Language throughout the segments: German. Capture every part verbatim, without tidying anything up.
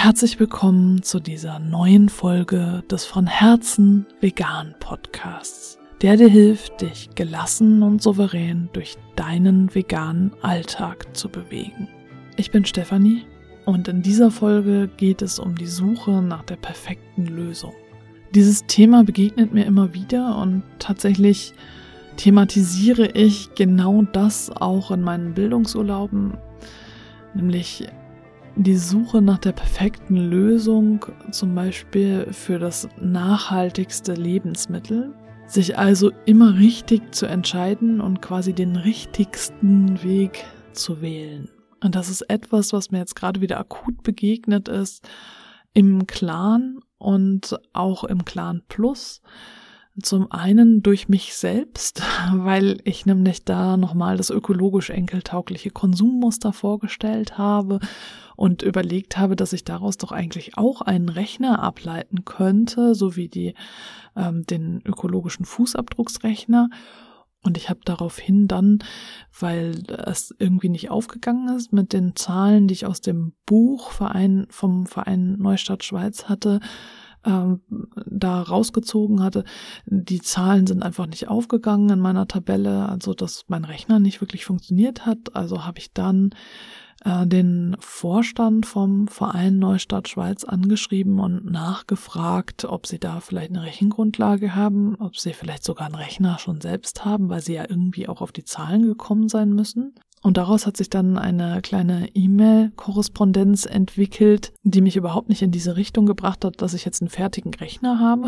Herzlich willkommen zu dieser neuen Folge des von Herzen vegan Podcasts, der dir hilft, dich gelassen und souverän durch deinen veganen Alltag zu bewegen. Ich bin Stefanie und in dieser Folge geht es um die Suche nach der perfekten Lösung. Dieses Thema begegnet mir immer wieder und tatsächlich thematisiere ich genau das auch in meinen Bildungsurlauben, nämlich die Suche nach der perfekten Lösung, zum Beispiel für das nachhaltigste Lebensmittel, sich also immer richtig zu entscheiden und quasi den richtigsten Weg zu wählen. Und das ist etwas, was mir jetzt gerade wieder akut begegnet ist im Clan und auch im Clan Plus. Zum einen durch mich selbst, weil ich nämlich da nochmal das ökologisch enkeltaugliche Konsummuster vorgestellt habe und überlegt habe, dass ich daraus doch eigentlich auch einen Rechner ableiten könnte, sowie die, ähm, den ökologischen Fußabdrucksrechner. Und ich habe daraufhin dann, weil es irgendwie nicht aufgegangen ist mit den Zahlen, die ich aus dem Buch Verein, vom Verein Neustadt Schweiz hatte, ähm, da rausgezogen hatte, die Zahlen sind einfach nicht aufgegangen in meiner Tabelle, also dass mein Rechner nicht wirklich funktioniert hat. Also habe ich dann äh, den Vorstand vom Verein Neustadt Schweiz angeschrieben und nachgefragt, ob sie da vielleicht eine Rechengrundlage haben, ob sie vielleicht sogar einen Rechner schon selbst haben, weil sie ja irgendwie auch auf die Zahlen gekommen sein müssen. Und daraus hat sich dann eine kleine E-Mail-Korrespondenz entwickelt, die mich überhaupt nicht in diese Richtung gebracht hat, dass ich jetzt einen fertigen Rechner habe,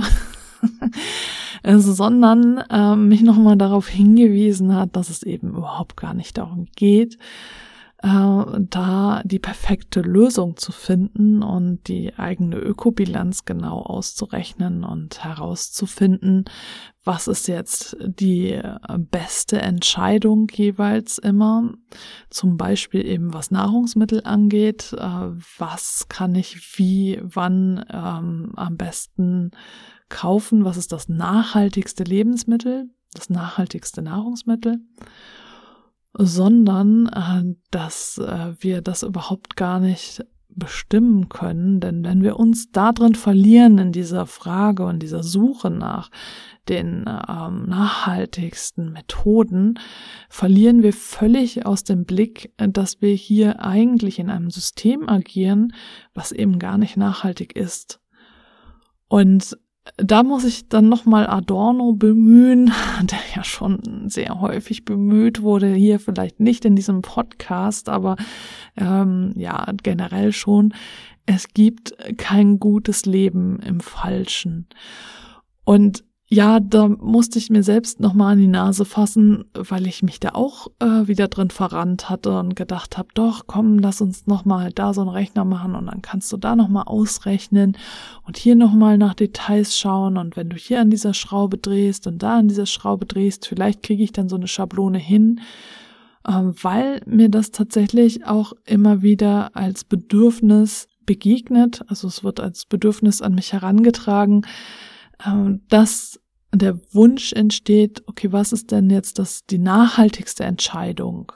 sondern äh, mich nochmal darauf hingewiesen hat, dass es eben überhaupt gar nicht darum geht, äh, da die perfekte Lösung zu finden und die eigene Ökobilanz genau auszurechnen und herauszufinden, was ist jetzt die beste Entscheidung jeweils immer, zum Beispiel eben was Nahrungsmittel angeht, was kann ich wie, wann ähm, am besten kaufen, was ist das nachhaltigste Lebensmittel, das nachhaltigste Nahrungsmittel, sondern äh, dass äh, wir das überhaupt gar nicht bestimmen können, denn wenn wir uns da drin verlieren in dieser Frage und dieser Suche nach den ähm, nachhaltigsten Methoden, verlieren wir völlig aus dem Blick, dass wir hier eigentlich in einem System agieren, was eben gar nicht nachhaltig ist. Und da muss ich dann nochmal Adorno bemühen, der ja schon sehr häufig bemüht wurde, hier vielleicht nicht in diesem Podcast, aber ähm, ja generell schon. Es gibt kein gutes Leben im Falschen. Und ja, da musste ich mir selbst nochmal an die Nase fassen, weil ich mich da auch äh, wieder drin verrannt hatte und gedacht habe, doch, komm, lass uns nochmal da so einen Rechner machen und dann kannst du da nochmal ausrechnen und hier nochmal nach Details schauen und wenn du hier an dieser Schraube drehst und da an dieser Schraube drehst, vielleicht kriege ich dann so eine Schablone hin, äh, weil mir das tatsächlich auch immer wieder als Bedürfnis begegnet, also es wird als Bedürfnis an mich herangetragen, äh, dass der Wunsch entsteht, okay, was ist denn jetzt das die nachhaltigste Entscheidung?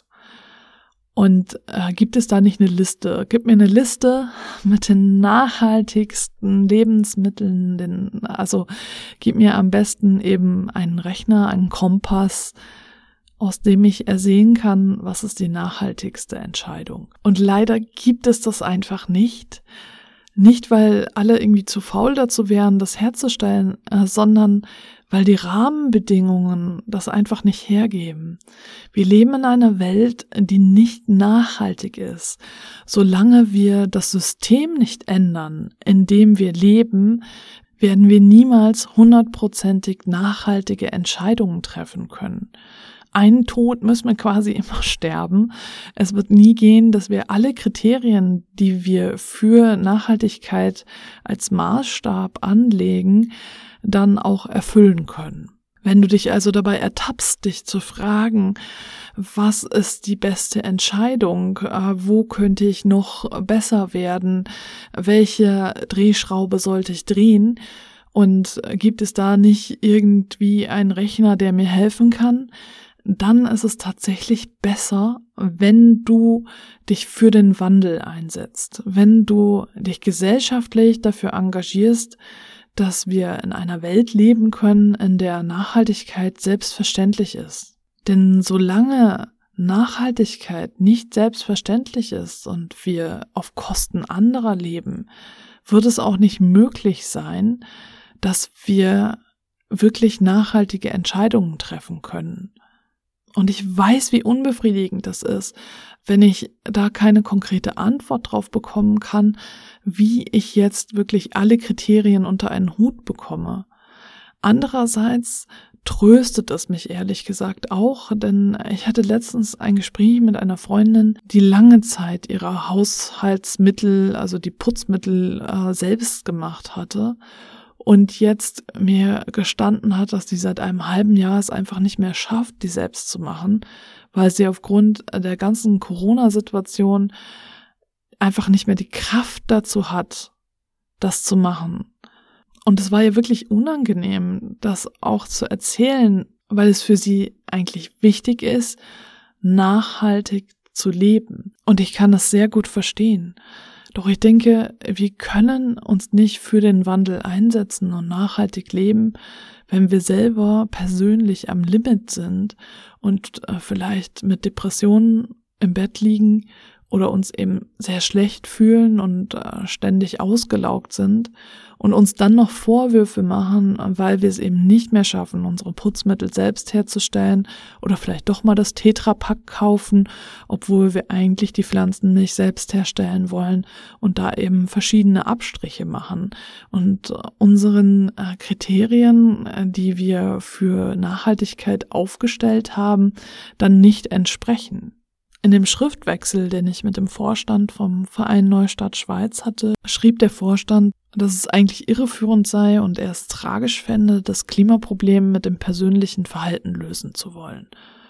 Und äh, gibt es da nicht eine Liste? Gib mir eine Liste mit den nachhaltigsten Lebensmitteln, den, also gib mir am besten eben einen Rechner, einen Kompass, aus dem ich ersehen kann, was ist die nachhaltigste Entscheidung. Und leider gibt es das einfach nicht. Nicht, weil alle irgendwie zu faul dazu wären, das herzustellen, äh, sondern weil die Rahmenbedingungen das einfach nicht hergeben. Wir leben in einer Welt, die nicht nachhaltig ist. Solange wir das System nicht ändern, in dem wir leben, werden wir niemals hundertprozentig nachhaltige Entscheidungen treffen können. Einen Tod müssen wir quasi immer sterben. Es wird nie gehen, dass wir alle Kriterien, die wir für Nachhaltigkeit als Maßstab anlegen, dann auch erfüllen können. Wenn du dich also dabei ertappst, dich zu fragen, was ist die beste Entscheidung, wo könnte ich noch besser werden, welche Drehschraube sollte ich drehen und gibt es da nicht irgendwie einen Rechner, der mir helfen kann, dann ist es tatsächlich besser, wenn du dich für den Wandel einsetzt, wenn du dich gesellschaftlich dafür engagierst, dass wir in einer Welt leben können, in der Nachhaltigkeit selbstverständlich ist. Denn solange Nachhaltigkeit nicht selbstverständlich ist und wir auf Kosten anderer leben, wird es auch nicht möglich sein, dass wir wirklich nachhaltige Entscheidungen treffen können. Und ich weiß, wie unbefriedigend das ist, wenn ich da keine konkrete Antwort drauf bekommen kann, wie ich jetzt wirklich alle Kriterien unter einen Hut bekomme. Andererseits tröstet es mich ehrlich gesagt auch, denn ich hatte letztens ein Gespräch mit einer Freundin, die lange Zeit ihre Haushaltsmittel, also die Putzmittel äh, selbst gemacht hatte und jetzt mir gestanden hat, dass sie seit einem halben Jahr es einfach nicht mehr schafft, die selbst zu machen, weil sie aufgrund der ganzen Corona-Situation einfach nicht mehr die Kraft dazu hat, das zu machen. Und es war ihr wirklich unangenehm, das auch zu erzählen, weil es für sie eigentlich wichtig ist, nachhaltig zu leben. Und ich kann das sehr gut verstehen. Doch ich denke, wir können uns nicht für den Wandel einsetzen und nachhaltig leben, wenn wir selber persönlich am Limit sind und äh, vielleicht mit Depressionen im Bett liegen oder uns eben sehr schlecht fühlen und äh, ständig ausgelaugt sind und uns dann noch Vorwürfe machen, weil wir es eben nicht mehr schaffen, unsere Putzmittel selbst herzustellen oder vielleicht doch mal das Tetra-Pack kaufen, obwohl wir eigentlich die Pflanzenmilch selbst herstellen wollen und da eben verschiedene Abstriche machen und äh, unseren äh, Kriterien, äh, die wir für Nachhaltigkeit aufgestellt haben, dann nicht entsprechen. In dem Schriftwechsel, den ich mit dem Vorstand vom Verein Neustadt Schweiz hatte, schrieb der Vorstand, dass es eigentlich irreführend sei und er es tragisch fände, das Klimaproblem mit dem persönlichen Verhalten lösen zu wollen.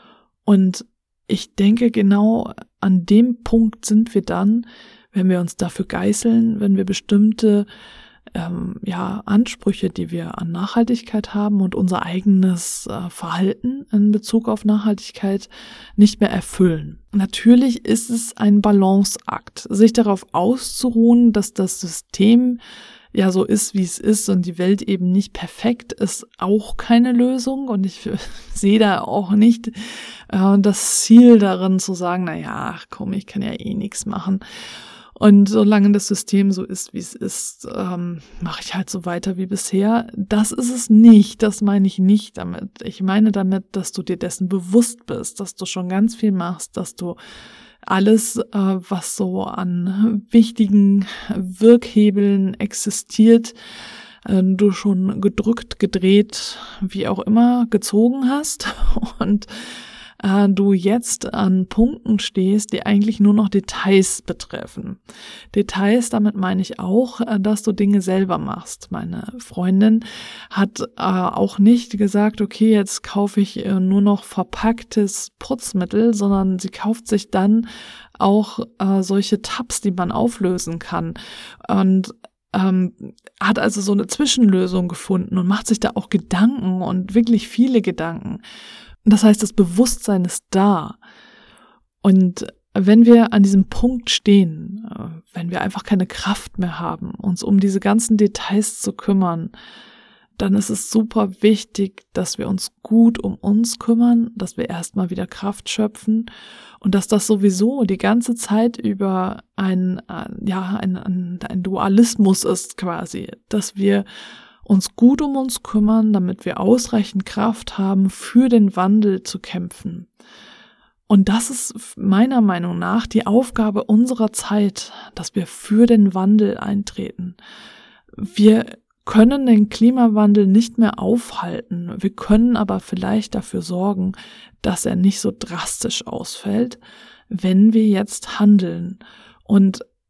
Und ich denke, genau an dem Punkt sind wir dann, wenn wir uns dafür geißeln, wenn wir bestimmte ähm, ja, Ansprüche, die wir an Nachhaltigkeit haben und unser eigenes äh, Verhalten in Bezug auf Nachhaltigkeit nicht mehr erfüllen. Natürlich ist es ein Balanceakt, sich darauf auszuruhen, dass das System ja so ist, wie es ist und die Welt eben nicht perfekt ist, auch keine Lösung. Und ich sehe da auch nicht äh, das Ziel darin zu sagen, na ja, ach komm, ich kann ja eh nichts machen. Und solange das System so ist, wie es ist, ähm, mache ich halt so weiter wie bisher. Das ist es nicht, das meine ich nicht damit. Ich meine damit, dass du dir dessen bewusst bist, dass du schon ganz viel machst, dass du alles, äh, was so an wichtigen Wirkhebeln existiert, äh, du schon gedrückt, gedreht, wie auch immer, gezogen hast und äh, du jetzt an Punkten stehst, die eigentlich nur noch Details betreffen. Details, damit meine ich auch, äh, dass du Dinge selber machst. Meine Freundin hat äh, auch nicht gesagt, okay, jetzt kaufe ich äh, nur noch verpacktes Putzmittel, sondern sie kauft sich dann auch äh, solche Tabs, die man auflösen kann. Und ähm, hat also so eine Zwischenlösung gefunden und macht sich da auch Gedanken und wirklich viele Gedanken. Das heißt, das Bewusstsein ist da. Und wenn wir an diesem Punkt stehen, wenn wir einfach keine Kraft mehr haben, uns um diese ganzen Details zu kümmern, dann ist es super wichtig, dass wir uns gut um uns kümmern, dass wir erstmal wieder Kraft schöpfen und dass das sowieso die ganze Zeit über ein, ja, ein, ein, ein Dualismus ist quasi, dass wir uns gut um uns kümmern, damit wir ausreichend Kraft haben, für den Wandel zu kämpfen. Und das ist meiner Meinung nach die Aufgabe unserer Zeit, dass wir für den Wandel eintreten. Wir können den Klimawandel nicht mehr aufhalten, wir können aber vielleicht dafür sorgen, dass er nicht so drastisch ausfällt, wenn wir jetzt handeln. Und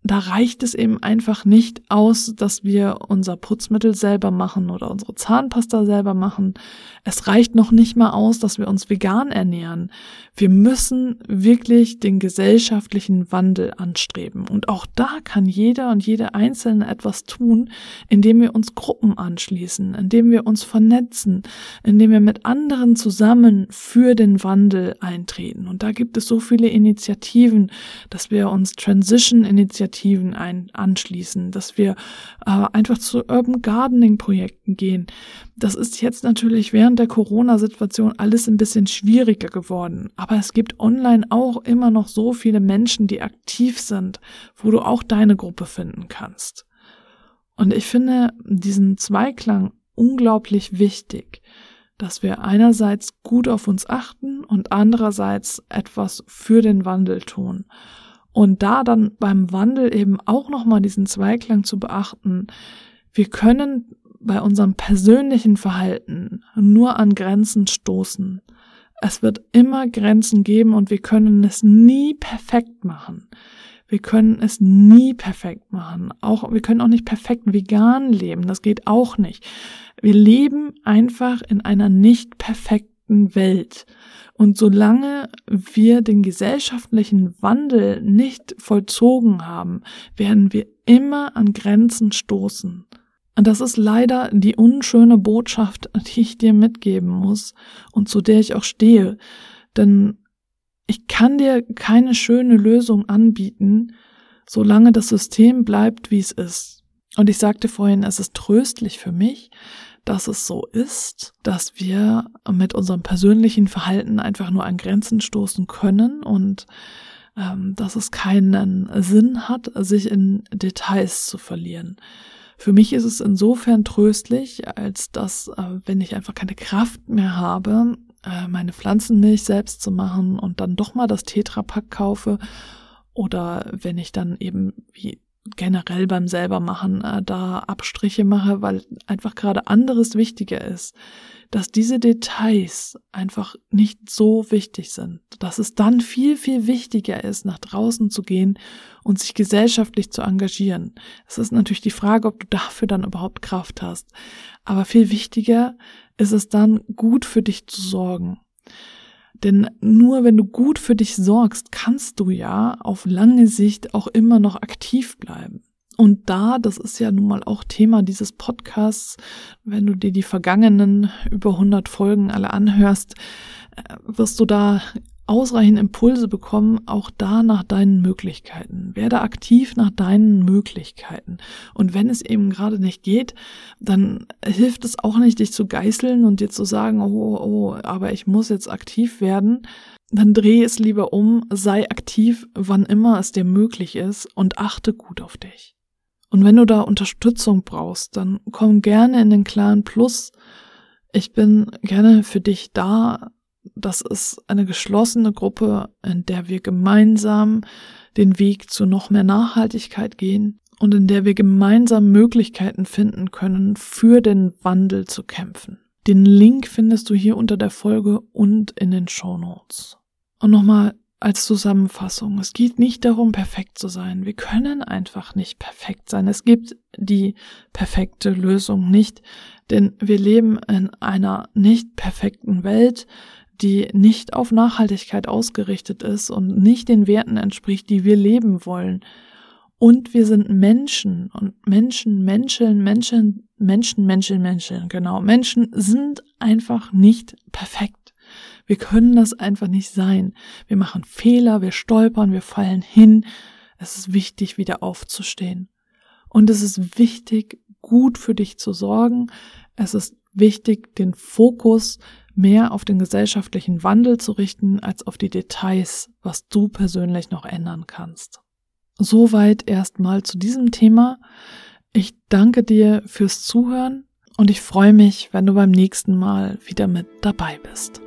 da reicht es eben einfach nicht aus, dass wir unser Putzmittel selber machen oder unsere Zahnpasta selber machen. Es reicht noch nicht mal aus, dass wir uns vegan ernähren. Wir müssen wirklich den gesellschaftlichen Wandel anstreben. Und auch da kann jeder und jede Einzelne etwas tun, indem wir uns Gruppen anschließen, indem wir uns vernetzen, indem wir mit anderen zusammen für den Wandel eintreten. Und da gibt es so viele Initiativen, dass wir uns Transition-Initiativen Ein, anschließen, dass wir äh, einfach zu Urban Gardening Projekten gehen. Das ist jetzt natürlich während der Corona-Situation alles ein bisschen schwieriger geworden, aber es gibt online auch immer noch so viele Menschen, die aktiv sind, wo du auch deine Gruppe finden kannst. Und ich finde diesen Zweiklang unglaublich wichtig, dass wir einerseits gut auf uns achten und andererseits etwas für den Wandel tun. Und da dann beim Wandel eben auch nochmal diesen Zweiklang zu beachten, wir können bei unserem persönlichen Verhalten nur an Grenzen stoßen. Es wird immer Grenzen geben und wir können es nie perfekt machen. Wir können es nie perfekt machen. Auch, wir können auch nicht perfekt vegan leben. Das geht auch nicht. Wir leben einfach in einer nicht perfekten Welt. Und solange wir den gesellschaftlichen Wandel nicht vollzogen haben, werden wir immer an Grenzen stoßen. Und das ist leider die unschöne Botschaft, die ich dir mitgeben muss und zu der ich auch stehe. Denn ich kann dir keine schöne Lösung anbieten, solange das System bleibt, wie es ist. Und ich sagte vorhin, es ist tröstlich für mich, dass es so ist, dass wir mit unserem persönlichen Verhalten einfach nur an Grenzen stoßen können und ähm, dass es keinen Sinn hat, sich in Details zu verlieren. Für mich ist es insofern tröstlich, als dass, äh, wenn ich einfach keine Kraft mehr habe, äh, meine Pflanzenmilch selbst zu machen und dann doch mal das Tetrapack kaufe oder wenn ich dann eben wie generell beim Selbermachen äh, da Abstriche mache, weil einfach gerade anderes wichtiger ist, dass diese Details einfach nicht so wichtig sind, dass es dann viel, viel wichtiger ist, nach draußen zu gehen und sich gesellschaftlich zu engagieren. Es ist natürlich die Frage, ob du dafür dann überhaupt Kraft hast, aber viel wichtiger ist es dann, gut für dich zu sorgen. Denn nur wenn du gut für dich sorgst, kannst du ja auf lange Sicht auch immer noch aktiv bleiben. Und da, das ist ja nun mal auch Thema dieses Podcasts, wenn du dir die vergangenen über hundert Folgen alle anhörst, wirst du da ausreichend Impulse bekommen, auch da nach deinen Möglichkeiten. Werde aktiv nach deinen Möglichkeiten. Und wenn es eben gerade nicht geht, dann hilft es auch nicht, dich zu geißeln und dir zu sagen, oh, oh, aber ich muss jetzt aktiv werden. Dann dreh es lieber um, sei aktiv, wann immer es dir möglich ist und achte gut auf dich. Und wenn du da Unterstützung brauchst, dann komm gerne in den Clan Plus. Ich bin gerne für dich da. Das ist eine geschlossene Gruppe, in der wir gemeinsam den Weg zu noch mehr Nachhaltigkeit gehen und in der wir gemeinsam Möglichkeiten finden können, für den Wandel zu kämpfen. Den Link findest du hier unter der Folge und in den Shownotes. Und nochmal als Zusammenfassung, es geht nicht darum, perfekt zu sein. Wir können einfach nicht perfekt sein. Es gibt die perfekte Lösung nicht, denn wir leben in einer nicht perfekten Welt, die nicht auf Nachhaltigkeit ausgerichtet ist und nicht den Werten entspricht, die wir leben wollen. Und wir sind Menschen und Menschen, Menschen, Menschen, Menschen, Menschen, Menschen, genau. Menschen sind einfach nicht perfekt. Wir können das einfach nicht sein. Wir machen Fehler, wir stolpern, wir fallen hin. Es ist wichtig, wieder aufzustehen. Und es ist wichtig, gut für dich zu sorgen. Es ist wichtig, den Fokus mehr auf den gesellschaftlichen Wandel zu richten, als auf die Details, was du persönlich noch ändern kannst. Soweit erstmal zu diesem Thema. Ich danke dir fürs Zuhören und ich freue mich, wenn du beim nächsten Mal wieder mit dabei bist.